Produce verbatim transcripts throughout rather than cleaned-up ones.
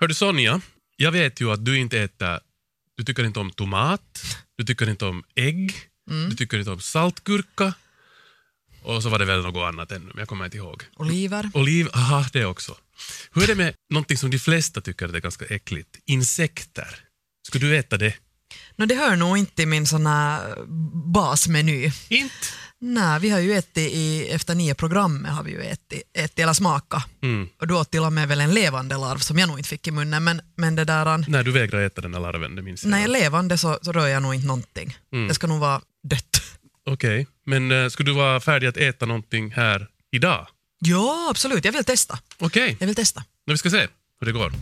Hör du Sonja, jag vet ju att du inte äter, du tycker inte om tomat, du tycker inte om ägg, mm. du tycker inte om saltgurka och så var det väl något annat ännu, men jag kommer inte ihåg. Oliver. Oliv, aha, det också. Hur är det med någonting som de flesta tycker är ganska äckligt? Insekter. Skulle du äta det? No, det hör nog inte i min såna basmeny. Inte? Nej, vi har ju ätit i, efter nio programmet har vi ju ätit, ätit eller smaka. Mm. Och då till och med väl en levande larv som jag nog inte fick i munnen. Men, men det där... Nej, du vägrar äta den här larven, det minns jag. Nej, levande så, så rör jag nog inte någonting. Mm. Det ska nog vara dött. Okej, okay. Men uh, skulle du vara färdig att äta någonting här idag? Ja, absolut. Jag vill testa. Okej. Okay. Jag vill testa. Nu ska vi se hur det går.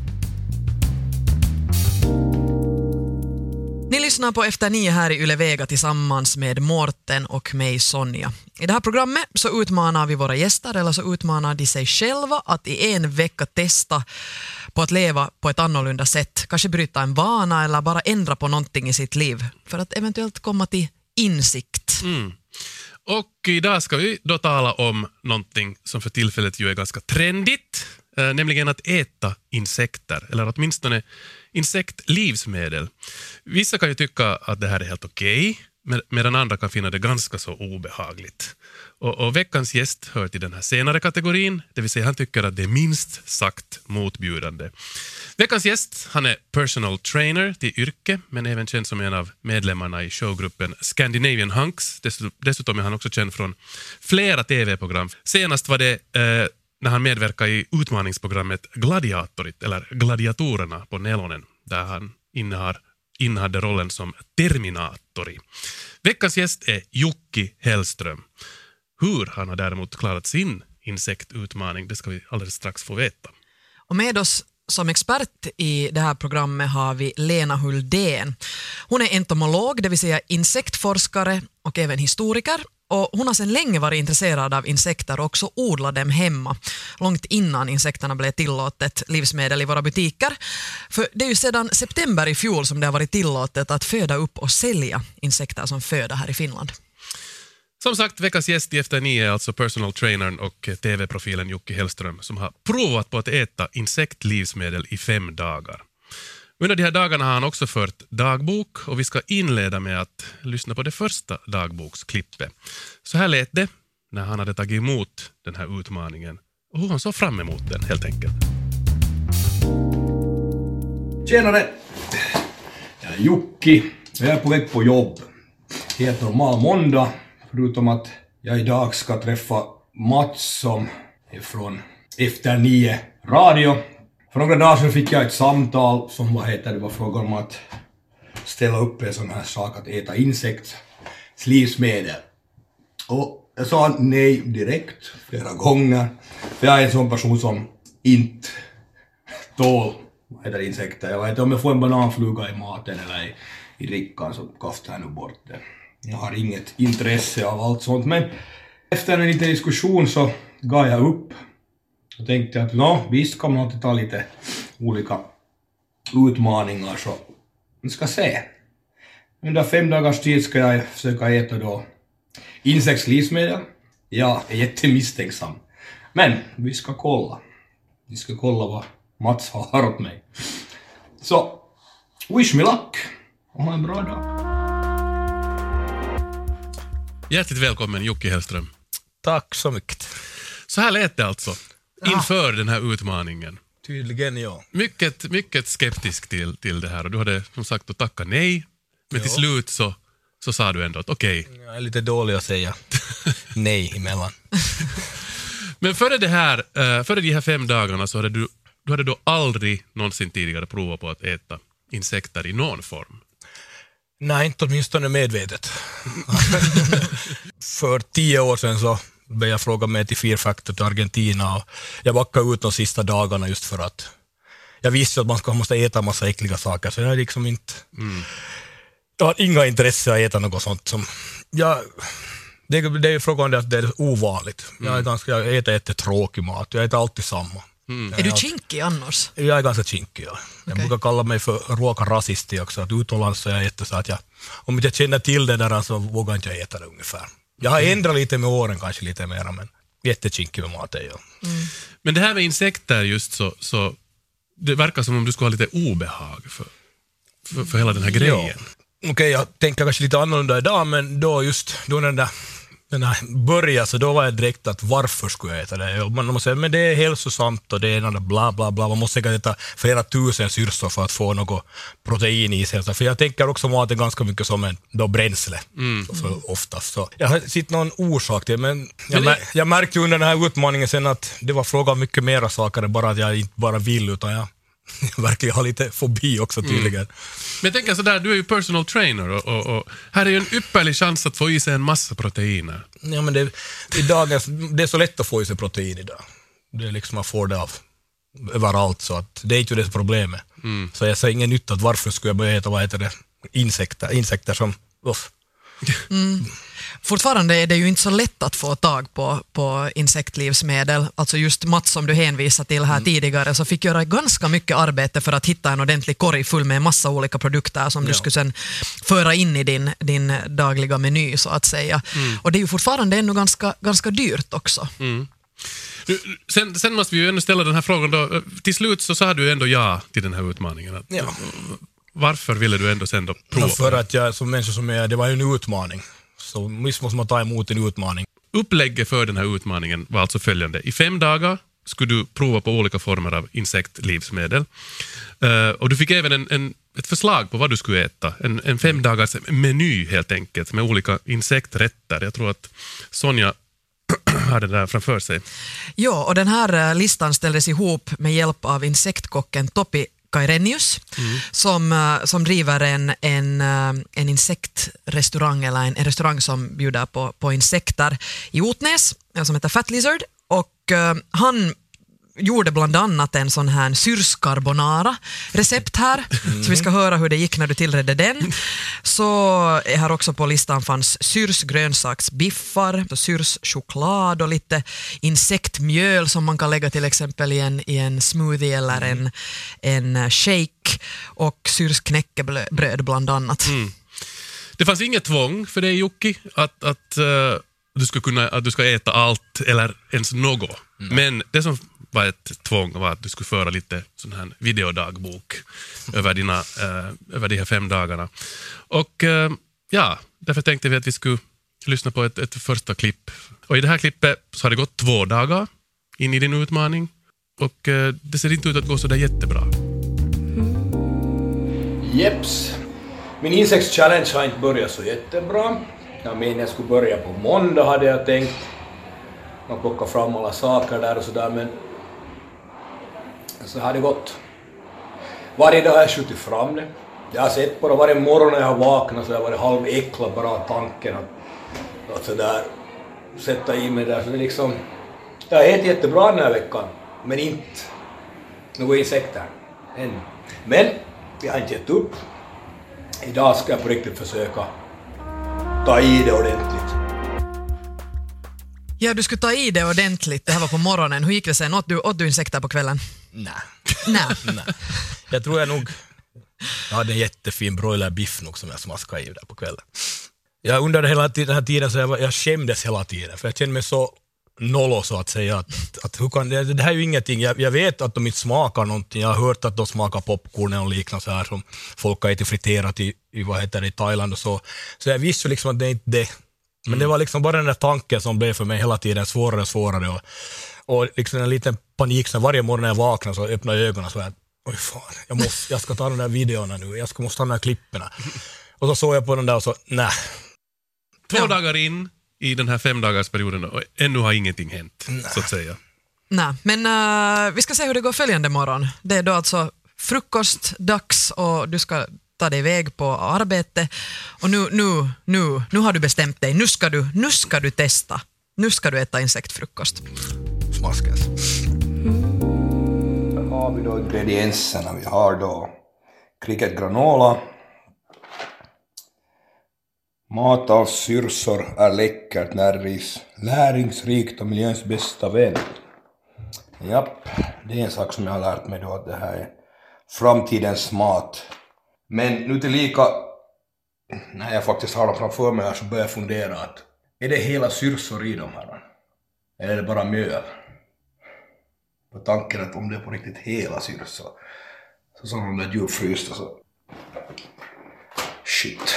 Ni lyssnar på Efter nio här i Yle Vega tillsammans med Mårten och mig Sonja. I det här programmet så utmanar vi våra gäster eller så utmanar de sig själva att i en vecka testa på att leva på ett annorlunda sätt. Kanske bryta en vana eller bara ändra på någonting i sitt liv för att eventuellt komma till insikt. Mm. Och idag ska vi då tala om någonting som för tillfället ju är ganska trendigt, eh, nämligen att äta insekter, eller åtminstone insektlivsmedel. Vissa kan ju tycka att det här är helt okej, med, medan andra kan finna det ganska så obehagligt. Och, och veckans gäst hör till den här senare kategorin, det vill säga han tycker att det är minst sagt motbjudande. Veckans gäst, han är personal trainer till yrke, men även känd som en av medlemmarna i showgruppen Scandinavian Hunks. Dessutom är han också känd från flera tv-program. Senast var det eh, när han medverkade i utmaningsprogrammet Gladiatorit, eller Gladiatorerna på Nelonen, där han innehar, innehade rollen som Terminatori. Veckans gäst är Jukki Hellström. Hur han har däremot klarat sin insektutmaning, det ska vi alldeles strax få veta. Och med oss som expert i det här programmet har vi Lena Huldén. Hon är entomolog, det vill säga insektforskare och även historiker. Och hon har sedan länge varit intresserad av insekter och också odlat dem hemma. Långt innan insekterna blev tillåtet livsmedel i våra butiker. För det är ju sedan september i fjol som det har varit tillåtet att föda upp och sälja insekter som föda här i Finland. Som sagt, veckans gäst i Efter nio är alltså personal trainern och tv-profilen Jukki Hellström som har provat på att äta insektlivsmedel i fem dagar. Under de här dagarna har han också fört dagbok och vi ska inleda med att lyssna på det första dagboksklippet. Så här lät det när han hade tagit emot den här utmaningen och hur han såg fram emot den helt enkelt. Tjenare! Jag är Jukki. Jag är på väg på jobb. Helt normal måndag. Förutom att jag idag ska träffa Mats som är från Efter nio radio. För några dagar sedan fick jag ett samtal som vad heter det var frågan om att ställa upp en sån här sak att äta insektslivsmedel. Och jag sa nej direkt flera gånger. För jag är en sån person som inte tål vad heter insekter. Jag vet inte om jag får en bananfluga i maten eller i, i drickan så kastar jag nu bort det. Jag har inget intresse av allt sånt, men efter en liten diskussion så gav jag upp och tänkte att no, visst kan man alltid ta lite olika utmaningar så vi ska se. Under fem dagars tid ska jag försöka äta då insektslivsmedel. Jag är jättemisstänksam, men vi ska kolla. Vi ska kolla vad Mats har åt mig. Så, wish me luck och ha en bra dag. Hjärtligt välkommen Jukki Hellström. Tack så mycket. Så här lät det alltså inför ja. den här utmaningen. Tydligen ja. Mycket, mycket skeptisk till, till det här och du hade som sagt att tacka nej. Men jo. till slut så, så sa du ändå att okej. Okay. Jag är lite dålig att säga nej emellan. Men före det här, före de här fem dagarna så hade du, du hade då aldrig någonsin tidigare provat på att äta insekter i någon form. Nej, inte åtminstone medvetet. För tio år sedan så blev jag fråga med till Fear Factor till Argentina och jag backade ut de sista dagarna just för att jag visste att man ska, måste äta en massa äckliga saker så jag liksom inte mm. jag har inga intresse att äta något sånt som jag, det, det är frågan att det är ovanligt. Mm. Jag, är ganska, jag äter jättetråkig mat, jag äter alltid samma. Mm. Är du kinkig annars? Jag är ganska kinkig, ja. Jag okay. brukar kalla mig för råkarasisti också. Att utomlands så är jag jätte så att jag, om inte jag känner till det där så vågar inte jag äta det ungefär. Jag har ändrat lite med åren kanske lite mer, men jättekinkig med mat är jag. Mm. Men det här med insekter just så, så det verkar som om du skulle ha lite obehag för, för, för hela den här grejen. Ja. Okej, okay, jag tänker kanske lite annorlunda idag, men då just då den där den här början, så då var jag direkt att varför skulle jag äta det? Man måste säga, men det är hälsosamt och det är bla bla bla. Man måste säkert äta flera tusen syrsor för att få något protein i sig. För jag tänker också att det är ganska mycket som en då bränsle. Mm. För oftast. Så jag har sett någon orsak till, men jag, mär, jag märkte under den här utmaningen sen att det var fråga om mycket mera saker än bara att jag inte bara vill, utan jag verkligen har lite fobi också tydligen. Mm. Men jag tänker sådär, du är ju personal trainer och, och, och här är ju en ypperlig chans att få i sig en massa proteiner. Ja, men det, idag, det är så lätt att få i sig protein idag. Det är liksom man får det av överallt, så att det är inte det problemet. Mm. Så jag säger ingen nytta att varför skulle jag börja äta, vad heter det, insekter, insekter som off. Mm. Fortfarande är det ju inte så lätt att få tag på, på insektlivsmedel. Alltså just Mats som du hänvisade till här mm. tidigare, så fick göra ganska mycket arbete för att hitta en ordentlig korg full med en massa olika produkter som ja. du skulle sen föra in i din, din dagliga meny så att säga. Mm. Och det är ju fortfarande ännu ganska, ganska dyrt också. Mm. Sen, sen måste vi ju ändå ställa den här frågan då. Till slut så sa du ändå ja till den här utmaningen. Att, ja. Varför ville du ändå sen då prova? Ja, för att jag som människa som är, det var ju en utmaning. Så visst måste man ta emot en utmaning. Upplägget för den här utmaningen var alltså följande. I fem dagar skulle du prova på olika former av insektlivsmedel. Uh, och du fick även en, en, ett förslag på vad du skulle äta. En, en fem dagars meny helt enkelt med olika insekträtter. Jag tror att Sonja har det där framför sig. Ja, och den här listan ställdes ihop med hjälp av insektkocken Topi Kairenius, mm. som, som driver en, en, en insektrestaurang eller en, en restaurang som bjuder på, på insekter i Otnäs som heter Fat Lizard, och uh, han gjorde bland annat en sån här syrskarbonara recept här, mm. så vi ska höra hur det gick när du tillredde den. Så här också på listan fanns syrs grönsaksbiffar, syrs choklad och lite insektmjöl som man kan lägga till exempel i en, i en smoothie eller en, en shake, och syrs knäckebröd bland annat. Mm. Det fanns inget tvång för dig, Jocke, att, att, uh, du ska kunna, att du ska äta allt eller ens något. Mm. Men det som var ett tvång var att du skulle föra lite sån här videodagbok över, dina, uh, över de här fem dagarna. Och uh, ja, därför tänkte vi att vi skulle lyssna på ett, ett första klipp. Och i det här klippet så har det gått två dagar in i din utmaning. Och uh, det ser inte ut att gå så där jättebra. Jeps. Min insektschallenge har inte börjat så jättebra. Jag menar jag skulle börja på måndag hade jag tänkt. Man plockar fram alla saker där och sådär, men så har det gått. Varje dag har jag skjutit fram det. Jag har sett bara varje morgon när jag har vaknat så jag har varit halväcklad bara av tanken att, att sådär sätta i mig där. Så det är liksom, jag har ätit jättebra den här veckan, men inte några insekter än. Men jag har inte gett upp. Idag ska jag på riktigt försöka ta i det ordentligt. Ja, du skulle ta i det ordentligt. Det här var på morgonen. Hur gick det sen? Åt du, åt du insekter på kvällen? Nej. Nej. Nej. Jag tror jag nog... Jag hade en jättefin broilerbiff nog som jag smaskade i där på kvällen. Jag undrade hela den här tiden så jag, jag skämdes hela tiden. För jag kände mig så nollo så att säga. Att, att hur kan, det, det här är ju ingenting. Jag, jag vet att de inte smakar någonting. Jag har hört att de smakar popcorn och liknande så här som folk har ätit friterat i, i, vad heter det, i Thailand och så. Så jag visste liksom att det är inte det. Men mm. det var liksom bara den där tanken som blev för mig hela tiden svårare och svårare. Och, och liksom en liten panik. Så varje morgon när jag vaknar så öppnar jag ögonen så här. Oj fan, jag, måste, jag ska ta de där videorna nu. Jag ska, måste ta de där klipperna. Och så såg jag på den där och så, nej. Två ja. dagar in i den här femdagarsperioden och ännu har ingenting hänt, nej. Så att säga. Nej, men uh, vi ska se hur det går följande morgon. Det är då alltså frukostdags och du ska ta dig iväg på arbete. Och nu, nu, nu, nu har du bestämt dig. Nu ska du, nu ska du testa. Nu ska du äta insektfrukost. Smaskas. Här har vi då ingredienserna. Vi har då cricket granola. Matavssyrsor är läckert, näris, näringsrikt och miljöns bästa vän. Japp, det är en sak som jag har lärt mig då, att det här är framtidens mat. Men nu till lika, när jag faktiskt har dem framför mig här så börjar jag fundera att är det hela syrsor i dem här? Eller är det bara mjöl? På tanken att om det är på riktigt hela syrsa, så som de där djupfrysta så... Shit.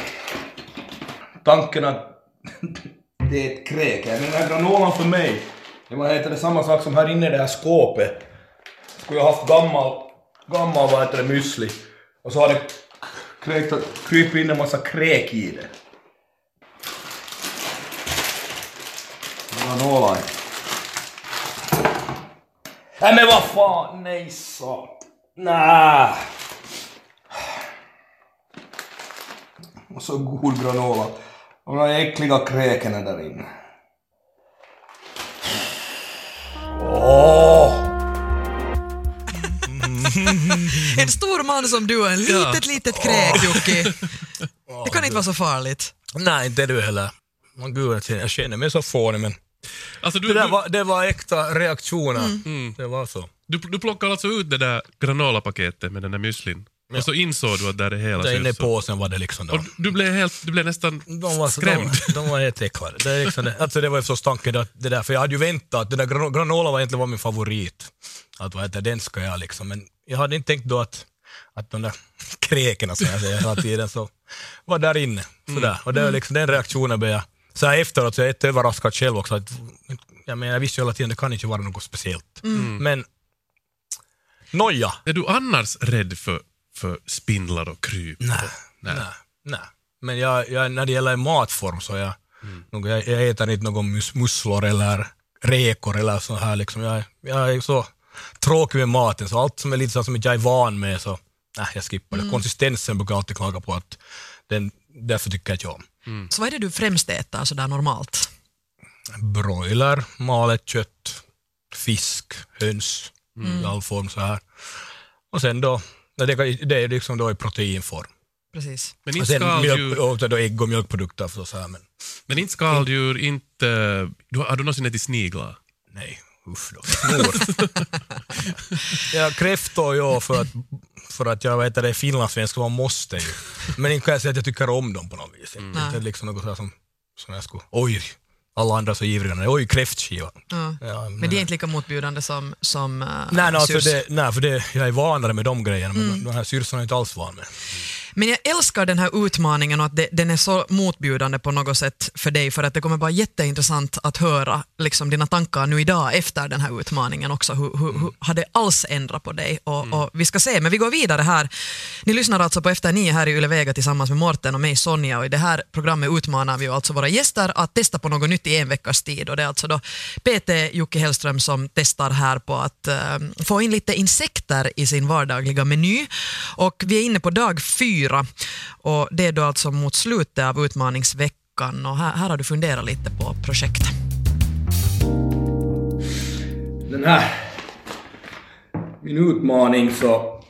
Tanken att det är ett kräk. Men den här granolan för mig, det var heter det samma sak som här inne i det här skåpet. Skulle jag haft gammal, gammal vad heter det, müsli. Och så har det kräkt, krypit in en massa kräk i det. Granola. Nej men vad fan, nej så. Nej. Och så god granola. Och de äckliga kräken där inne. Åh! En stor man som du är en litet, litet kräk, Jocki. Det kan inte vara så farligt. Nej, inte du heller. Man, gud, jag känner, jag känner mig så fånig, men Alltså du, det, där du, var, det var äkta reaktioner. Mm. Det var så. du, du plockar alltså ut det där granolapaketet med den där müslin. Ja. Och så insåg du att där är hela Där inne i syrsa. påsen var det liksom då. Och du blev, helt, du blev nästan De var, skrämd. de, de var helt äcklade. Det, är liksom det, alltså det var ju så stanken att det där, för jag hade ju väntat att den där gran- granola var egentligen var min favorit. Att vad heter den ska jag liksom, men jag hade inte tänkt då att, att de där kräkerna som jag säger hela tiden så var där inne. Sådär. Mm. Och det var liksom den reaktionen blev jag så här efteråt, så jag är inte överraskad själv också. Att, jag, menar, jag visste ju hela tiden det kan inte vara något speciellt. Mm. Men noja. Är du annars rädd för, för spindlar och kryp? Nej, nej, nej. Men jag, jag, när det gäller matform så jag, mm. nog, jag, jag äter inte någon mus, musslor eller räkor eller så här liksom. Jag, jag är så tråkig med maten så allt som är lite så som jag är van med så nej, jag skippar det. Mm. Konsistensen brukar jag alltid klaga på att den, därför tycker jag inte om. Mm. Så vad är det du främst äter sådär normalt? Broiler, malet kött, fisk, höns mm. i all form så här. Och sen då, det, det är liksom då i proteinform. Precis. Men inte och sen skaldjur... mjölk, och då ägg och mjölkprodukter för så här, men... Men inte skaldjur, inte... Du, har du någonsin ätit sniglar? Nej, usch då. Snor. Jag kräftor ju för att, för att jag vet att det är finlandssvensk och man måste ju. Men inte kan jag säga att jag tycker om dem på något vis. Mm. Det är liksom något så här som, som jag skulle... Oj, alla andra så ivriga. Oj, kräftskiva. Ja. Ja, men, men det är inte lika motbjudande som, som uh, nej, nej, för det, nej, för det, jag är vanare med de grejerna, men mm. de här syrsorna är inte alls van med. Men jag älskar den här utmaningen och att det, den är så motbjudande på något sätt för dig, för att det kommer vara jätteintressant att höra liksom, dina tankar nu idag efter den här utmaningen också. Hur, hur, hur har det alls ändrat på dig? Och, mm. och vi ska se, men vi går vidare här. Ni lyssnar alltså på Efter nio här i Yle Vega tillsammans med Morten och mig Sonja, och i det här programmet utmanar vi alltså våra gäster att testa på något nytt i en veckas tid, och det är alltså då P T Jocki Hellström som testar här på att uh, få in lite insekter i sin vardagliga meny, och vi är inne på dag fyra. Och det är då alltså mot slutet av utmaningsveckan, och här, här har du funderat lite på projektet. Den här min utmaning så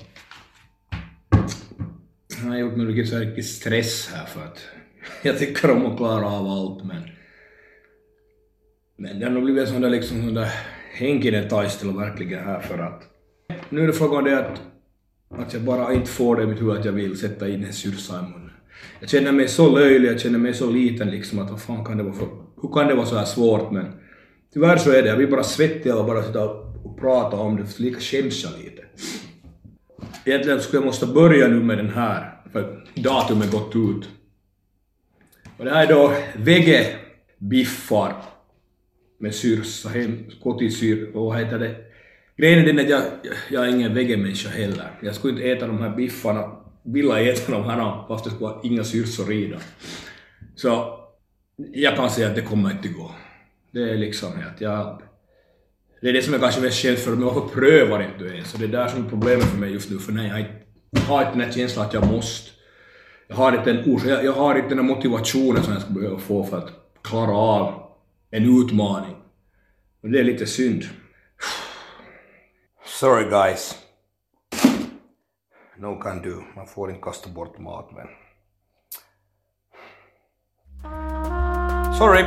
jag har gjort mig så mycket stress här för att jag tycker om att klara av allt, men men det har nog blivit sån där liksom sån där hänkig tajstel verkligen här, för att nu är det frågan det att att jag bara inte får det i mitt huvud att jag vill sätta in en syrsa i munnen. Jag känner mig så löjlig, jag känner mig så liten liksom, att vad fan kan det vara för, hur kan det vara så här svårt, men tyvärr så är det, jag vill bara svettiga och bara sitta och prata om det, för lika skäms jag lite. Egentligen skulle jag måste börja nu med den här, för datumet gått ut. Och det här är då vegebiffar med syrsa, kotisyr, och vad heter det? Grejen är den att jag, jag är ingen vegemänniska heller. Jag skulle inte äta de här biffarna, vilja äta de här fast det skulle vara inga syrsor i dem. Så jag kan säga att det kommer inte gå. Det är liksom att jag... Det är det som är kanske mest känt för mig, varför prövar inte du ens? Så det är där som är problemet för mig just nu, för nej, jag, jag har inte den här känslan att jag måste. Jag har inte den ors, jag, jag har inte den här motivationen som jag skulle behöva få för att klara av en utmaning. Och det är lite synd. Sorry guys. No can do. Man får inte kasta bort mat, men... Sorry.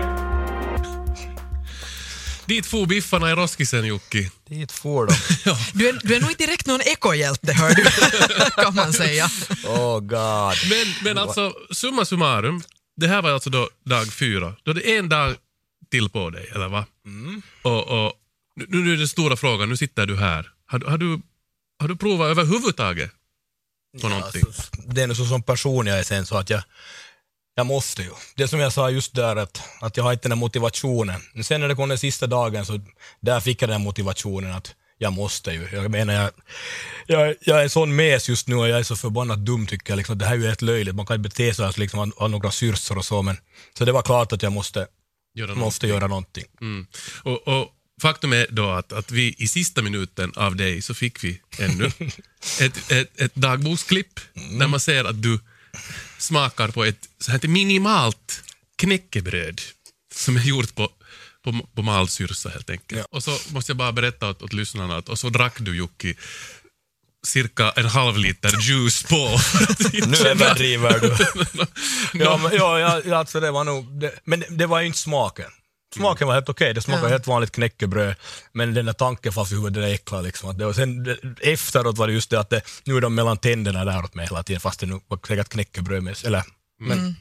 Dit får biffarna i roskisen, Jocki. Dit får de. Ja. Du är, du är nog inte direkt någon ekohjälte, hör du, kan man säga. Oh god. Men, men alltså, summa summarum, det här var alltså då dag fyra. Då är det en dag till på dig, eller va? Mm. Och, och Nu, nu är det stora frågan, nu sitter du här. Har, har, du, har du provat överhuvudtaget på Ja, någonting? så, det är nog så som person jag är sen så att jag, jag måste ju. Det som jag sa just där att, att jag har inte den motivationen. Men sen när det kom den sista dagen så där fick jag den motivationen att jag måste ju. Jag menar, jag, jag, jag är en sån mes just nu och jag är så förbannat dum tycker jag. Liksom, det här är ju helt löjligt. Man kan inte bete sig att liksom, ha några syrsor och så. Men, så det var klart att jag måste Göra måste göra någonting. Mm. Och, och faktum är då att, att vi i sista minuten av dig så fick vi ännu ett, ett, ett dagboksklipp mm. där man ser att du smakar på ett så här minimalt knäckebröd som är gjort på, på, på malsyrsa helt enkelt. Ja. Och så måste jag bara berätta åt, åt lyssnarna att och så drack du, Jukki, cirka en halv liter juice på. Nu överdriver du. ja, men, ja, ja, alltså det var nog, det, men det, det var ju inte smaken. Smaken var helt okej, okay. Det smakade ja. helt vanligt knäckebröd, men den där tanken fanns i huvudet, det är äckla liksom. Att det var sen, det, efteråt var det just det att det, nu är de mellan tänderna där åt mig hela tiden, fast det nu var säkert knäckebröd med, eller, men... Mm.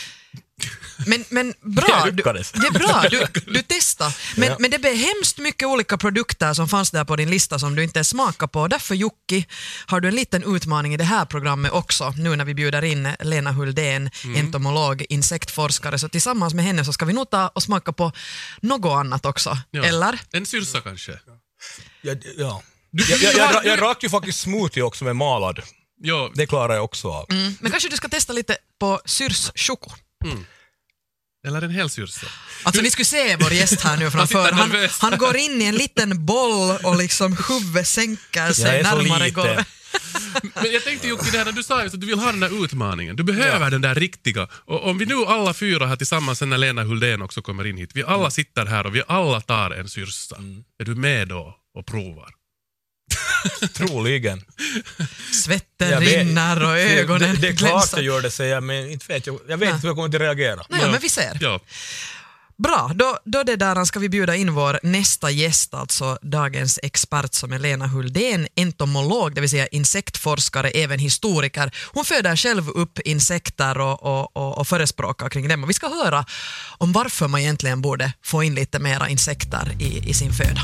Men, men bra, du, det är bra, du, du testar. Men, ja. men det blev hemskt mycket olika produkter som fanns där på din lista som du inte smakar på. Därför, Jukki, har du en liten utmaning i det här programmet också, nu när vi bjuder in Lena Huldén, mm. entomolog, insektforskare. Så tillsammans med henne så ska vi nog ta och smaka på något annat också, ja. Eller? En syrsa kanske. Ja, ja. Du, jag, jag, jag, jag, jag drack ju faktiskt smoothie också med malad. Ja. Det klarar jag också av. Mm. Men kanske du ska testa lite på syrs-choko. Mm. Eller en hel syrsa. Alltså ni skulle se vår gäst här nu framför. Han, han går in i en liten boll och liksom huvudet sänker sig närmare golvet. Men jag tänkte, Jukki, det här när du sa just att du vill ha den där utmaningen. Du behöver ja. den där riktiga. Och om vi nu alla fyra här tillsammans när Lena Huldén också kommer in hit. Vi alla mm. sitter här och vi alla tar en syrsa. Mm. Är du med då och provar? Troligen. Svetten ja, rinner och ögonen det, det är klart jag gör det, säger jag, men inte vet jag, jag vet inte hur jag kommer att reagera. Nej, ja, men vi ser. Ja. Bra, då, då det där ska vi bjuda in vår nästa gäst, alltså dagens expert som är Lena Huldén, entomolog, det vill säga insektforskare, även historiker. Hon föder själv upp insekter och, och, och, och förespråkar kring dem. Och vi ska höra om varför man egentligen borde få in lite mera insekter i, i sin föda.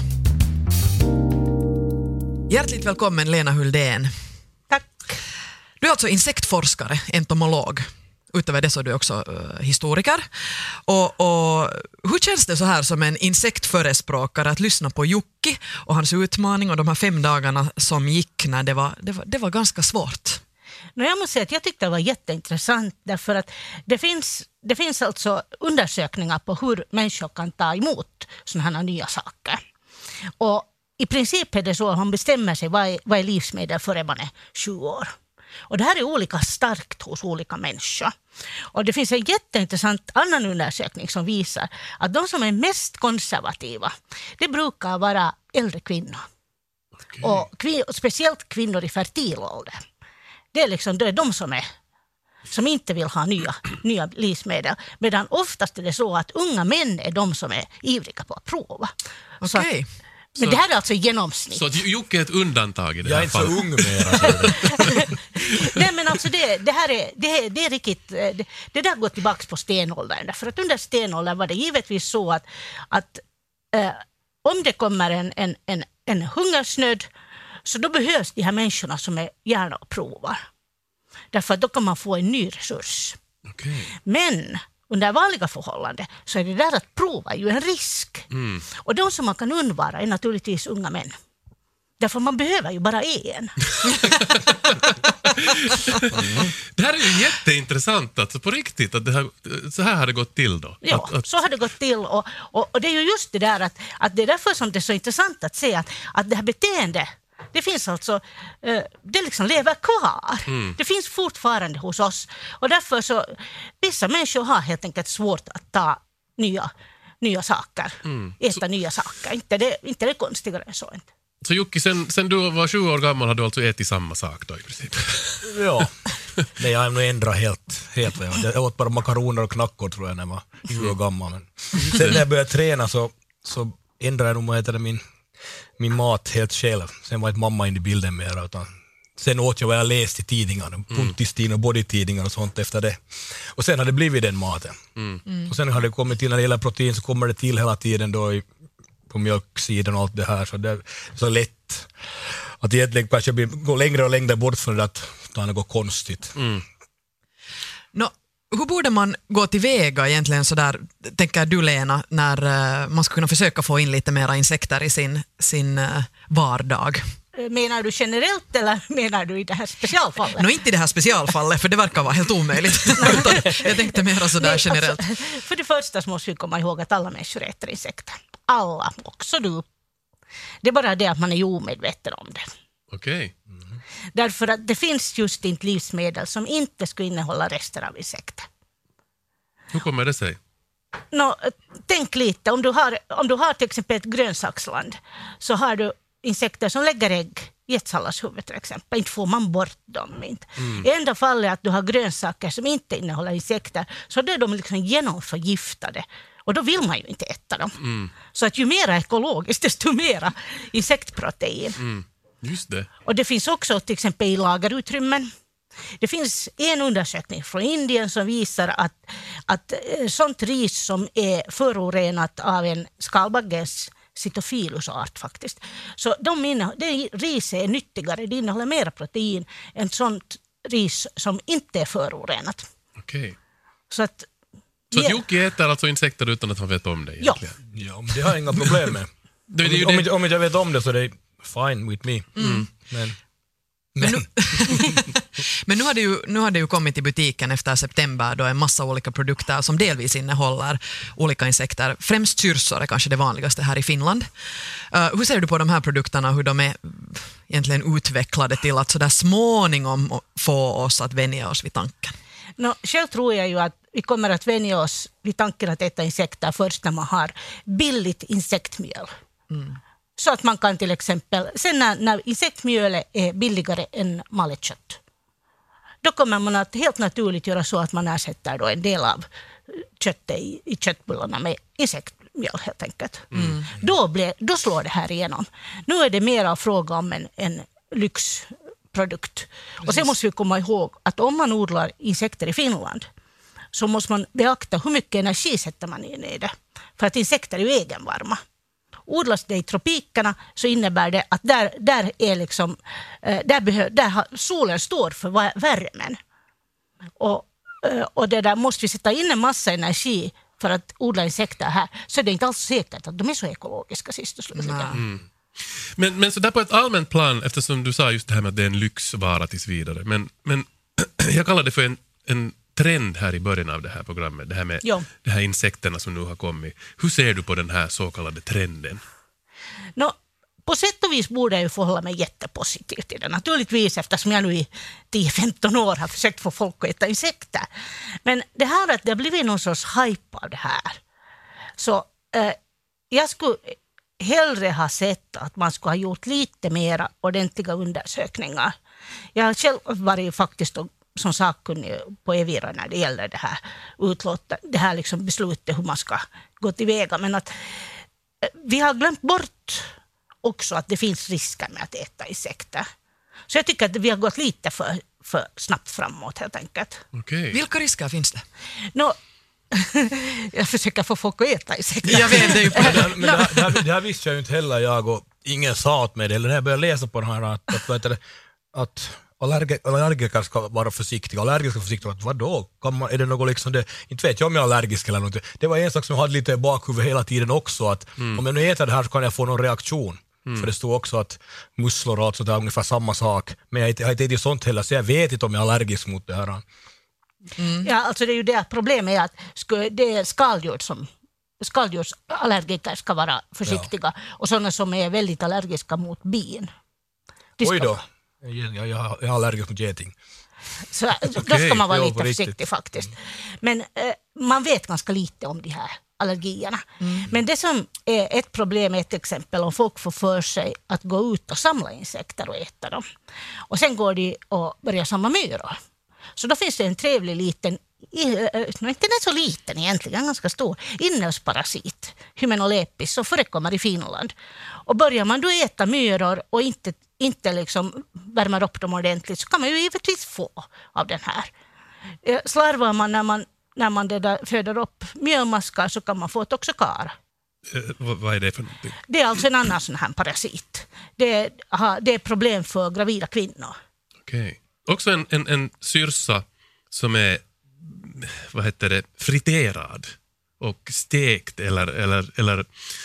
Hjärtligt välkommen Lena Huldén. Tack. Du är alltså insektforskare, entomolog. Utöver det så är du också uh, historiker. Och, och hur känns det så här som en insektförespråkare att lyssna på Jukki och hans utmaning och de här fem dagarna som gick när det var, det var, det var ganska svårt? No, jag måste säga att jag tyckte det var jätteintressant därför att det finns, det finns alltså undersökningar på hur människor kan ta emot sådana här nya saker. Och i princip är det så att man bestämmer sig vad är, vad är livsmedel före man är tjugo år. Och det här är olika starkt hos olika människor. Och det finns en jätteintressant annan undersökning som visar att de som är mest konservativa, det brukar vara äldre kvinnor. Okay. Och kvin- speciellt kvinnor i fertil ålder. Det är liksom det är de som är som inte vill ha nya, nya livsmedel. Medan oftast är det så att unga män är de som är ivriga på att prova. Okej. Okay. Men så, det här är alltså genomsnitt. Så att Jukki är ett undantag i det jag här fallet. Jag är inte så ung mer. Nej, men alltså det, det här är, det, är, det är riktigt, det, det där går tillbaka på stenåldern. För att under stenåldern var det givetvis så att, att eh, om det kommer en, en, en, en hungersnöd så då behövs de här människorna som är gärna och provar. Därför att då kan man få en ny resurs. Okay. Men under vanliga förhållanden så är det där att prova ju en risk. Mm. Och de som man kan undvara är naturligtvis unga män. Därför man behöver ju bara en. mm. Det här är ju jätteintressant, alltså på riktigt, att det här, så här har det gått till då. Ja, att, att... så har det gått till och, och, och det är ju just det där att, att det är därför som det är så intressant att se att, att det här beteendet, det finns alltså, det liksom lever kvar. Mm. Det finns fortfarande hos oss. Och därför så, vissa människor har helt enkelt svårt att ta nya, nya saker. Mm. Äta så... nya saker. Inte det, inte det konstigare än så inte. Så Jukki, sen, sen du var tjugo år gammal har du alltså ätit samma sak då i princip? Ja, nej, jag har nog ändrat helt. helt jag åt bara makaroner och knackor tror jag när jag var tjugo år gammal. Men sen när jag började träna så, så ändrade jag nog vad heter det, min... min mat helt själv. Sen var inte mamma in i bilden mer. Utan sen åt jag vad jag läst i tidningarna. Mm. Puntistin och bodytidningar och sånt efter det. Och sen har det blivit den maten. Mm. Mm. Och sen har det kommit till, när det gäller protein så kommer det till hela tiden då i på mjölksidan och allt det här, så det är så lätt att egentligen kanske blir, går längre och längre bort från det att det är något konstigt. Mm. Nå, hur borde man gå tillväga egentligen sådär, tänker du Lena, när uh, man ska kunna försöka få in lite mera insekter i sin, sin uh, vardag? Menar du generellt eller menar du i det här specialfallet? Nå, inte i det här specialfallet, för det verkar vara helt omöjligt. Jag tänkte mera sådär Nej, generellt. Alltså, för det första så måste vi komma ihåg att alla människor äter insekter. Alla, också du. Det är bara det att man är omedveten om det. Okej. Mm. Därför att det finns just inte livsmedel som inte skulle innehålla rester av insekter. Hur kommer det sig? Nå, tänk lite, om du, har, om du har till exempel ett grönsaksland så har du insekter som lägger ägg i ett salladshuvud till exempel. Inte får man bort dem. Inte. Mm. I enda fall är att du har grönsaker som inte innehåller insekter, så då är de liksom genomförgiftade. Och då vill man ju inte äta dem. Mm. Så att ju mer ekologiskt, desto mer insektprotein. Mm. Just det. Och det finns också till exempel i lagerutrymmen. Det finns en undersökning från Indien som visar att, att sånt ris som är förorenat av en skalbaggens Cytophilus-art faktiskt. Så de innehåll, det riset är nyttigare, det innehåller mer protein än sånt ris som inte är förorenat. Okej. Så att Så att Jocke äter alltså insekter utan att han vet om det egentligen? Ja. Ja, men det har jag inga problem med. Det, det, om, om, inte, om inte jag vet om det så är det fine with me. Mm. Men, men, nu, men nu, har det ju, nu har det ju kommit i butiken efter september då en massa olika produkter som delvis innehåller olika insekter. Främst syrsor är kanske det vanligaste här i Finland. Uh, hur ser du på de här produkterna, hur de är egentligen utvecklade till att så där småningom få oss att vänja oss vid tanken? No, själv tror jag ju att vi kommer att vänja oss vid tanken att äta insekter först när man har billigt insektmjöl. Mm. Så att man kan till exempel, sen när, när insektmjölet är billigare än malet kött, då kommer man att helt naturligt göra så att man ersätter då en del av köttet i, i köttbullarna med insektmjöl helt enkelt. Mm. Då, blir, då slår det här igenom. Nu är det mer av fråga om en, en lyxprodukt. Och sen måste vi komma ihåg att om man odlar insekter i Finland så måste man beakta hur mycket energi sätter man in i det. För att insekter är ju egenvarma. Odlas det i tropikerna så innebär det att där, där, är liksom, där, behö, där har, solen står för värmen. Och, och det där måste vi sätta in en massa energi för att odla insekter här. Så det är inte alls säkert att de är så ekologiska sist och slutligen. Mm. Men, men så där på ett allmänt plan, eftersom du sa just det här med att det är en lyxvara tills vidare. Men, men jag kallar det för en, en trend här i början av det här programmet, det här med ja. de här insekterna som nu har kommit. Hur ser du på den här så kallade trenden? No, på sätt och vis borde jag ju förhålla mig jättepositivt till det. Naturligtvis eftersom jag nu i tio femton år har försökt få folk att äta insekter. Men det här att det har blivit någon sorts hype av det här. Så eh, jag skulle hellre ha sett att man skulle ha gjort lite mera ordentliga undersökningar. Jag har själv varit faktiskt som sakkunnig på Evira när det gäller det här utlåta, det här liksom beslutet hur man ska gå tillväga. Men att vi har glömt bort också att det finns risker med att äta insekter. Så jag tycker att vi har gått lite för, för snabbt framåt helt enkelt. Okay. Vilka risker finns det? No, jag försöker få folk att äta insekter. Jag vet det ju på det. Men det, här, det, här, det här visste jag ju inte heller jag och ingen sa åt mig det. Eller när jag började läsa på den här att, att, att, att allergiker ska vara försiktiga. Allergiker ska vara försiktiga. Vadå? Kan man, är det något liksom det? Inte vet jag om jag är allergisk eller något. Det var en sak som jag hade lite i bakhuvudet hela tiden också. Att mm. om jag nu äter det här så kan jag få någon reaktion. Mm. För det stod också att musslor och sånt är ungefär samma sak. Men jag har inte ätit sånt heller så jag vet inte om jag är allergisk mot det här. Mm. Ja, alltså det är ju det problemet är att det är skaldjur som skaldjursallergiker ska vara försiktiga ja. Och sådana som är väldigt allergiska mot bin. Oj då. Jag, jag, jag är allergisk mot geting. Så då ska man vara lite försiktig faktiskt. Men eh, man vet ganska lite om de här allergierna. Mm. Men det som är ett problem är till exempel om folk får för sig att gå ut och samla insekter och äta dem. Och sen går de och börjar samla myror. Så då finns det en trevlig liten, inte den så liten egentligen, ganska stor, inälvsparasit, Hymenolepis, som förekommer i Finland. Och börjar man då äta myror och inte, inte liksom värmer upp dem ordentligt så kan man ju givetvis få av den här. Slarvar man när man, när man det där föder upp mjölmaskar så kan man få toxokar. Eh, vad, vad är det för någonting? Det är alltså en annan sån här parasit. Det är, ha, det är problem för gravida kvinnor. Okej. Också en, en, en syrsa som är, vad heter det, friterad och stekt eller, eller, eller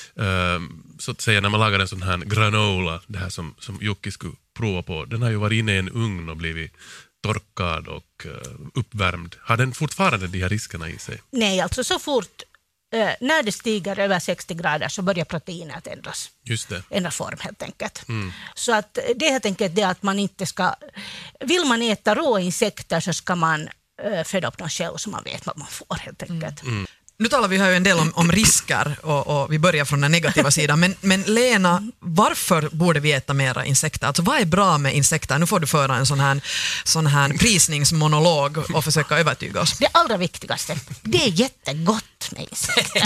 um, så att säga när man lagar en sån här granola, det här som, som Jocke skulle prova på, den har ju varit inne i en ugn och blivit torkad och uh, uppvärmd. Har den fortfarande de här riskerna i sig? Nej, alltså så fort eh, när det stiger över sextio grader så börjar proteinet ändras. Just det. Ändra form helt enkelt. Mm. Så att det är helt enkelt det att man inte ska, vill man äta rå insekter så ska man eh, föda upp dem själv så man vet vad man får helt enkelt. Mm. Nu talar vi här ju en del om, om risker och, och vi börjar från den negativa sidan. Men, men Lena, varför borde vi äta mera insekter? Alltså vad är bra med insekter? Nu får du föra en sån här, sån här prisningsmonolog och försöka övertyga oss. Det allra viktigaste, det är jättegott med insekter.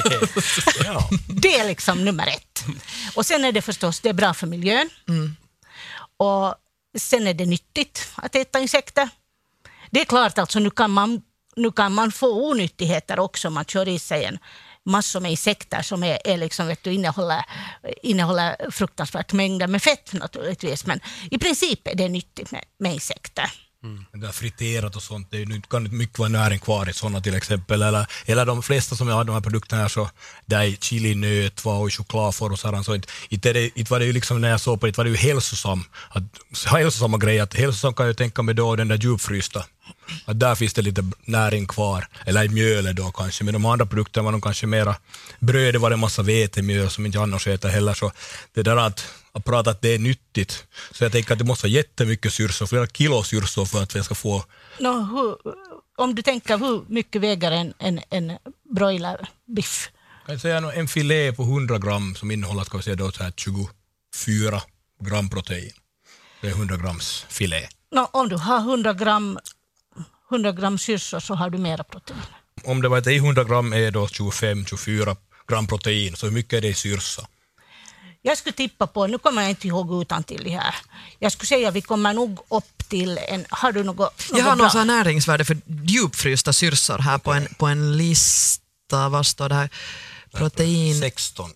Ja. Det är liksom nummer ett. Och sen är det förstås, det är bra för miljön. Mm. Och sen är det nyttigt att äta insekter. Det är klart, alltså nu kan man Nu kan man få onyttigheter också om man kör i sig en massor med insekter som är, är liksom, vet du, innehåller, innehåller fruktansvärt mängder med fett naturligtvis. Men i princip är det nyttigt med, med insekter. Mm. Det där friterat och sånt, det är ju, kan inte mycket vara näring kvar i sådana till exempel. Eller, eller de flesta som jag har de här produkterna här så där är chilinöt och chokladfor och sådant. Så inte, inte, det, inte var det ju liksom när jag såg på det, var det ju hälsosam. Att, hälsosamma grejer. Att hälsosam kan jag tänka mig då den där djupfrysta. Att där finns det lite näring kvar. Eller i mjölet då kanske. Men de andra produkterna var de kanske mera bröd, det var en massa vetemjöl som inte annars äter heller. Så det där att, att prata att det är nyttigt. Så jag tänker att det måste vara jättemycket syrsor, flera kilo syrsor för att vi ska få... No, hur, om du tänker hur mycket väger en, en, en broilerbiff? Kan jag säga en filé på hundra gram som innehåller ska vi säga då, så här tjugofyra gram protein. Det är hundra grams filé. No, om du har hundra gram, hundra gram syrsor så har du mera protein. Om det var att hundra gram är då tjugofem till tjugofyra gram protein, så hur mycket är det i syrsa? Jag skulle tippa på, nu kommer jag inte ihåg utan till det här. Jag skulle säga att vi kommer nog upp till en, har du något, något Jag har bra? någon sån här näringsvärde för djupfrysta syrsor här på en, på en lista. Vad står det här? Protein... sexton.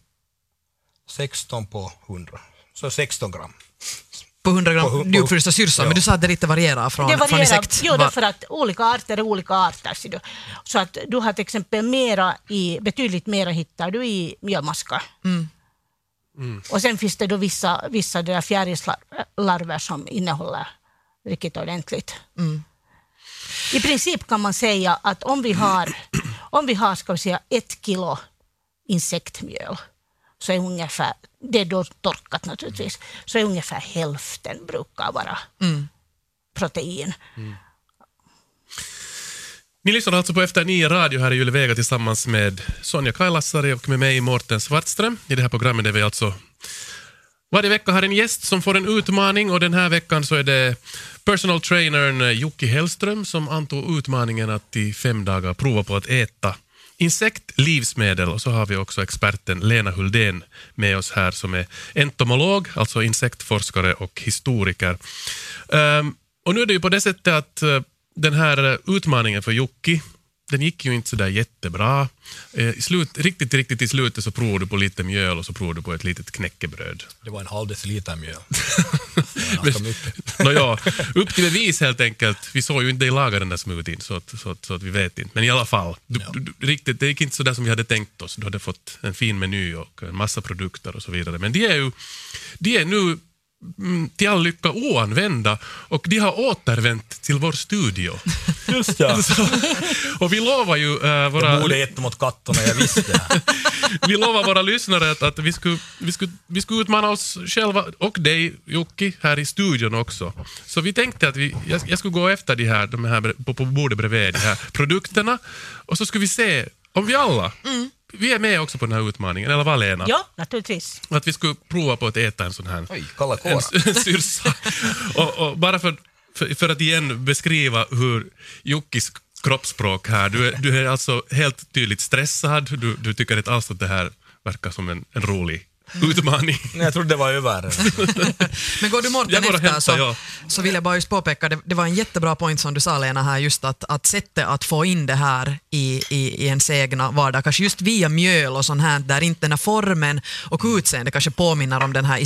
sexton på hundra. Så sexton gram. På hundra gram På hu- djupfrysta syrsor, ja. men du sa att det lite varierar från, Det från varierar, insekt. jo, Va- därför att olika arter är olika arter. Så, du, så att du har till exempel mera i, betydligt mera hittar du i mjölmaskar. Mm. Mm. Och sen finns det då vissa, vissa där fjärilslarver som innehåller riktigt ordentligt. Mm. I princip kan man säga att om vi har, om vi har ska vi säga, ett kilo insektmjöl så är ungefär, det är då torkat naturligtvis, så är ungefär hälften brukar vara Mm. protein. Mm. Ni lyssnar alltså på Efter nio radio här i Yle Vega tillsammans med Sonja Kailasari och med mig Mårten Svartström. I det här programmet där vi alltså varje vecka har en gäst som får en utmaning, och den här veckan så är det personal trainern Jocke Hellström som antog utmaningen att i fem dagar prova på att äta insektlivsmedel. Och så har vi också experten Lena Huldén med oss här som är entomolog, alltså insektforskare och historiker. Um, och nu är det ju på det sättet att uh, den här utmaningen för Jocke, den gick ju inte så där jättebra. Eh, I slut, riktigt, riktigt i slutet så provade du på lite mjöl och så provade du på ett litet knäckebröd. Det var en halv deciliter mjöl. Men, no, ja, upp till bevis helt enkelt. Vi såg ju inte dig laga den där smoothien så att, så, att, så att vi vet inte. Men i alla fall, du, Ja. du, riktigt, det gick inte så där som vi hade tänkt oss. Du hade fått en fin meny och en massa produkter och så vidare. Men de är ju de är nu mm, till all lycka oanvända och de har återvänt till vår studio. Just ja. Så, och vi lovar ju uh, våra... Jag borde äta mot katterna, jag visste det. Vi lovar våra lyssnare att, att vi, skulle, vi, skulle, vi skulle utmana oss själva och dig, Jocke, här i studion också. Så vi tänkte att vi, jag, jag skulle gå efter de här, de här på, på bordet bredvid, de här produkterna. Och så skulle vi se om vi alla, mm. vi är med också på den här utmaningen, eller vad, Lena? Ja, naturligtvis. Att vi skulle prova på att äta en sån här Oj, kalla en, kåra. en syrsa. och, och bara för, för, för att igen beskriva hur Jockes kroppsspråk här. Du är, du är alltså helt tydligt stressad. Du, du tycker inte alls att det här verkar som en, en rolig utmaning. Nej, jag trodde det var över. Men går du Mårten Jag går och efter hämtar, så, ja. så vill jag bara just påpeka, det, det var en jättebra point som du sa Lena här, just att, att sättet att få in det här i, i, i ens egna vardag, kanske just via mjöl och sånt här, där inte den här formen och utseende kanske påminner om den här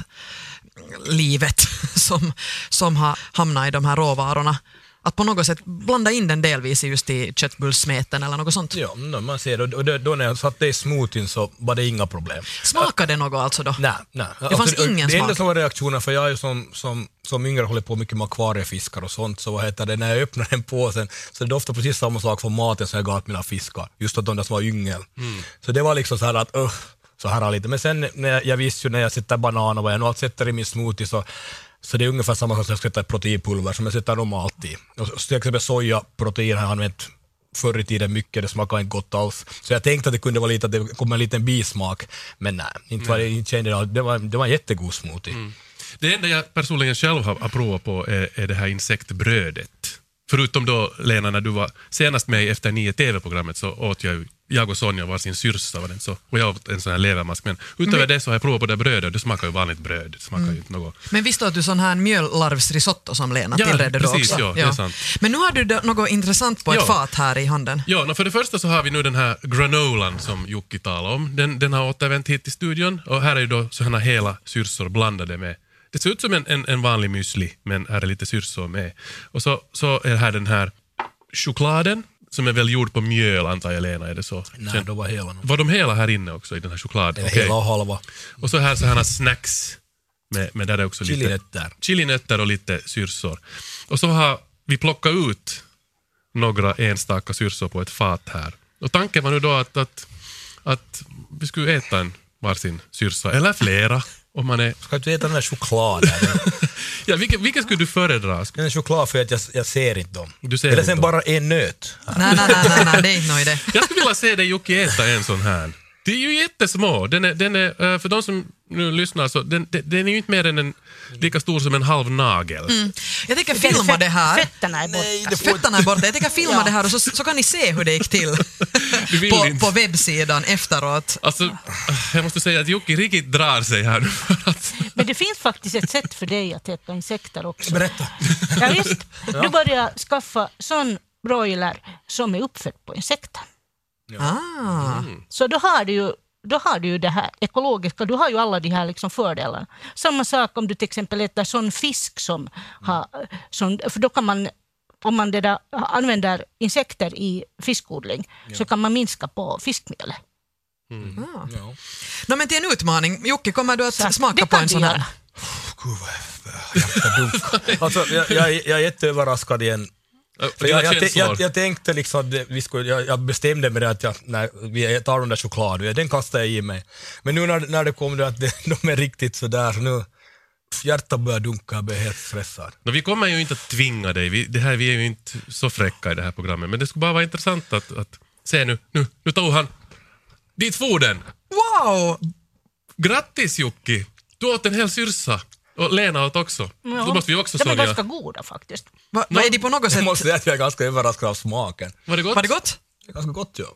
insektlivet som, som har hamnat i de här råvarorna. Att på något sätt blanda in den delvis just i köttbullsmeten eller något sånt. Ja, man ser det. Och då, då när jag satte det i smoothien så var det inga problem. Smakade det något alltså då? Nej, nej. Det fanns alltså, ingen det smak? enda som var reaktionen, för jag är ju som, som, som yngre håller på mycket med akvariefiskar och sånt, så vad heter det, när jag öppnar den påsen så det doftar precis samma sak från maten som jag gav mina fiskar. Just att de där som var yngel. Mm. Så det var liksom så här att, uh, så här lite. Men sen när jag, jag visste ju när jag sätter banan och vad jag nu allt sätter i min smoothie så Så det är ungefär samma sak som jag sätter proteinpulver som jag sätter normalt i. Och till exempel sojaprotein har jag använt förr i tiden mycket, det smakar inte gott alls. Så jag tänkte att det kunde vara lite att det kommer en liten bismak, men nej, inte var det, inte kände jag, det var, det var en jättegod smoothie. Mm. Det enda jag personligen själv har, har provat på är, är det här insektbrödet. Förutom då, Lena, när du var senast med efter nio tv-programmet så åt jag jag och Sonja var sin syrsa var den så, och jag åt en sån här levermask. Men utöver men, det så har jag provat på det brödet, det smakar ju vanligt bröd. Det smakar mm. ju inte något. Men visste du att du sån här mjöllarvsrisotto som Lena ja, tillredde då precis, också? Ja, det är sant. Men nu har du något intressant på ja. ett fat här i handen. Ja, no, för det första så har vi nu den här granolan som Jukki talade om. Den, den har återvänt hit till studion och här är ju då sådana hela syrsor blandade med. Det ser ut som en, en, en vanlig müsli, men här är lite syrsor med. Och så, så är här den här chokladen som är väl gjord på mjöl, antar jag, Lena, är det så? Nej, Sen, de var hela. Var de hela här inne också i den här chokladen? Okay. Hela och halva. Och så här så här snacks med, med där är också chilinötter. lite chilinötter och lite syrsor. Och så har vi plockat ut några enstaka syrsor på ett fat här. Och tanken var nu då att, att, att vi skulle äta en varsin syrsa, eller flera. Om man är... Ska du äta den här chokladen? ja, vilken, vilken skulle du föredra? Den är choklad för att jag, jag ser inte dem. Du ser Eller inte sen dem. bara en nöt. Nej, nej, nej, nej, nej, det är inte något idé. Jag skulle vilja se dig, Jukki, äta en sån här. Det är ju jättesmå. Den är, den är, för de som nu lyssnar så den, den, den är ju inte mer än en, lika stor som en halv nagel. Mm. Jag tänker filma det här. Fötterna är borta. Nej, det får... Fötterna är borta. Jag tänker filma ja. det här och så, så kan ni se hur det gick till på, på webbsidan efteråt. Alltså, jag måste säga att Jukki riktigt drar sig här nu. Men det finns faktiskt ett sätt för dig att äta insekter också. Berätta. Ja, visst. Du börjar skaffa sån broiler som är uppfödd på insekter. Ja. Ah. Mm. Så då har du ju då har du ju det här ekologiska, du har ju alla de här liksom fördelarna. Samma sak om du till exempel äter sån fisk som har, som, för då kan man, om man det där, använder insekter i fiskodling ja. så kan man minska på fiskmjölet. Mm. Ah. Ja. No, men till en utmaning, Jukki, kommer du att så, smaka på en sån här? Gud, jag, alltså, jag, jag, jag är jätteöverraskad igen. För jag, jag, jag, jag tänkte liksom, vi skulle, jag, jag bestämde mig att jag, när vi tar den där chokladen, den kastar jag i mig. Men nu när, när det kom det att det, de är riktigt sådär, så nu hjärtat börjar dunka, jag blir helt stressad. No, vi kommer ju inte att tvinga dig, vi, det här, vi är ju inte så fräcka i det här programmet, men det skulle bara vara intressant att, att se nu, nu, nu tog han dit foden. Wow! Grattis Jukki, du åt en hel syrsa. Och Lena åt också. Ja. Då måste vi också de är ganska goda faktiskt. Va, no, är de på något sätt? Jag måste säga att jag är ganska överraskad av smaken. Var det gott? Var det gott? Det är ganska gott, ja.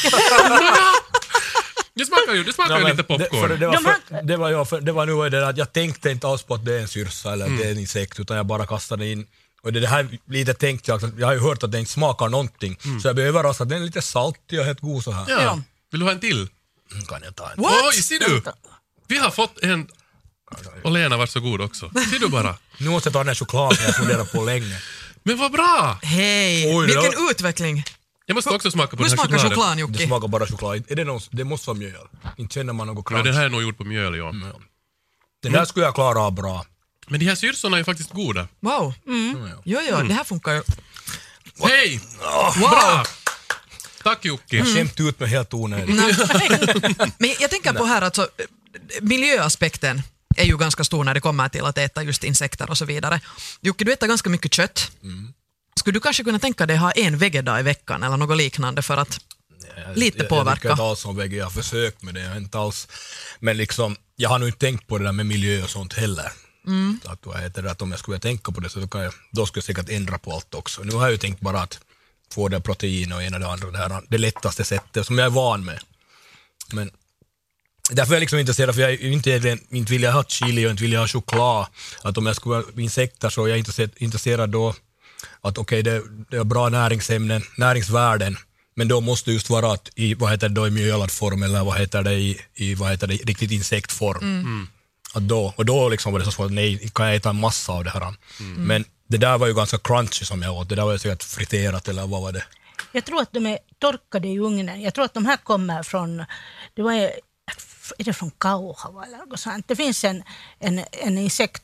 det smakar ju, det smakar ja, ju lite popcorn. Det, det, var, för, det, var, jag, för, det var nu det att jag tänkte inte alls på att det är en syrsa eller mm. det är en insekt, utan jag bara kastade in. Och det, det här lite tänkte jag, jag har ju hört att det inte smakar någonting. Mm. Så jag blev överraskad att den är lite saltig och helt god så här. Ja. Ja. Vill du ha en till? Mm, kan jag ta en? What? Oj, ser du? Vi har fått en... Och Lena var så god också. Ser du bara? Nu måste jag ta den här chokladen jag funderar på länge. Men vad bra! Hej, Oj, vilken då... utveckling. Jag måste också smaka på Hur den här chokladen. chokladen. Choklad, det smakar bara choklad. Är det, någon, det måste vara mjöl. Inte känner man något crunch. Ja, det här är nog gjort på mjöl, ja. Mm. Den där skulle jag klara av bra. Men de här syrsorna är ju faktiskt goda. Wow. Mm. Mm. Jo, jo, mm. det här funkar ju. Hej! Oh, wow. Bra! Tack Jukki. Jag skämt ut mig helt onödigt. Men jag tänker på här, alltså, miljöaspekten är ju ganska stor när det kommer till att äta just insekter och så vidare. Jukki, du äter ganska mycket kött. Mm. Skulle du kanske kunna tänka dig ha en vegedag i veckan eller något liknande för att jag, lite jag, påverka? Jag tycker inte alls som vege, jag har försökt med det, jag har inte alls, men liksom, jag har nog inte tänkt på det där med miljö och sånt heller. Mm. Att, vad heter det, att om jag skulle tänka på det så då, kan jag, då skulle jag säkert ändra på allt också. Nu har jag ju tänkt bara att få det protein och ena och det andra, det, här, det lättaste sättet som jag är van med. Men Därför är jag liksom intresserad, för jag är inte, inte vill jag ha chili och inte vill jag ha choklad. Att om jag skulle ha insekter så är jag intresserad, intresserad då att okej, okay, det, det är bra näringsämnen, näringsvärden, men då måste just vara att i, vad heter det då, i mjölad form eller vad heter det i, i vad heter det, riktigt insektform. Mm. Att då, och då liksom var det så svårt, nej, kan jag äta en massa av det här. Mm. Men det där var ju ganska crunchy som jag åt, det där var ju säkert friterat eller vad var det? Jag tror att de är torkade i ugnen. Jag tror att de här kommer från, det var, är det från Kauhava eller något sånt. Det finns en, en, en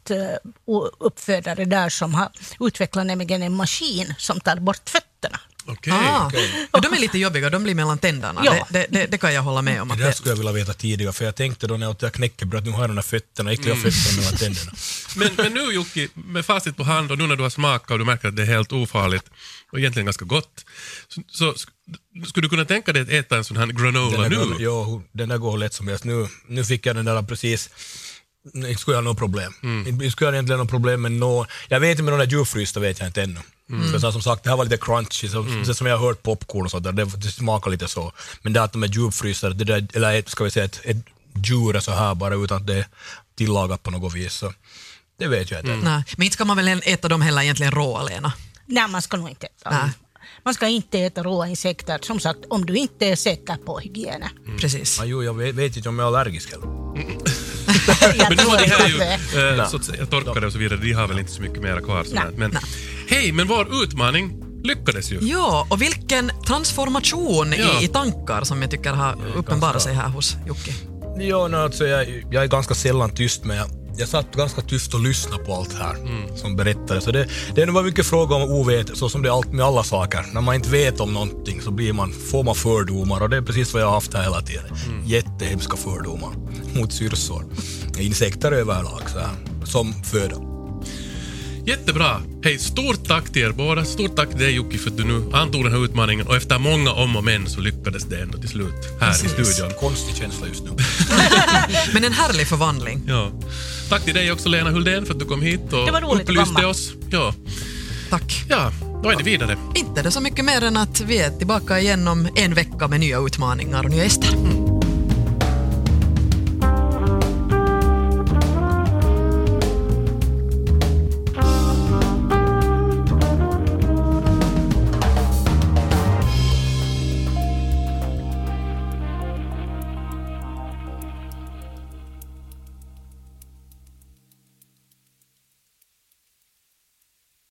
insektuppfödare där som har utvecklat nämligen en maskin som tar bort fötterna. Okej. Ah, Okay. men de är lite jobbiga, de blir mellan tänderna. Ja. Det, det, det kan jag hålla med om. Det där skulle jag vilja veta tidigare, för jag tänkte då när jag åt knäckebröd att nu har jag de där fötterna, äckliga mm. fötterna mellan tänderna. Men, men nu Jocke, med facit på hand och nu när du har smakat och du märker att det är helt ofarligt och egentligen ganska gott, så, så skulle du kunna tänka dig att äta en sån här granola nu? Går, jo, den där går lätt som helst. Nu, nu fick jag den där precis. Inte skulle jag ha något problem. Mm. Inte skulle jag egentligen ha något problem med något. Jag vet inte med de där djurfrysta vet jag inte ännu. Mm. För så, som sagt, det här var lite crunchy, så, mm. så som jag har hört popcorn och sånt där, det, det smakar lite så. Men det att de är djupfrysta, det där, eller ett, ska vi säga ett, ett djur är så här bara utan att det är tillagat på något vis, så det vet jag inte. Mm. Nej, men inte ska man väl äta dem heller egentligen råa, Lena? Nej, man ska nog inte äta dem. Man ska inte äta råa insekter, som sagt, om du inte är säker på hygienen. Mm. Precis. Ah, jo, jag vet, vet inte om jag är allergisk eller. Mm. Men nu var det här ju äh, så att säga, torkade och så vidare, de har väl inte så mycket mer kvar. Men hej, men vår utmaning lyckades ju. Ja, och vilken transformation ja. i, i tankar som jag tycker har uppenbarat sig här hos Jocke. Ja, no, alltså jag, jag är ganska sällan tyst, men jag, jag satt ganska tyst och lyssnade på allt här mm. som berättades. Så det, det var mycket fråga om ovet, så som det är allt med alla saker. När man inte vet om någonting så blir man, får man fördomar, och det är precis vad jag har haft här hela tiden. Mm. Jättehemska fördomar mot syrsor. Insekter överlag så här, som föda. Jättebra. Hej, stort tack till er båda. Stort tack till dig Jocke för att du nu antog den här utmaningen, och efter många om och men så lyckades det ändå till slut här Precis. i studion. Konstig känsla just nu. Men en härlig förvandling. Ja. Tack till dig också Lena Huldén för att du kom hit och upplyste oss. Ja. Tack. Ja, då är det vidare. Inte det så mycket mer än att vi är tillbaka igen om en vecka med nya utmaningar och nya gäster. Mm.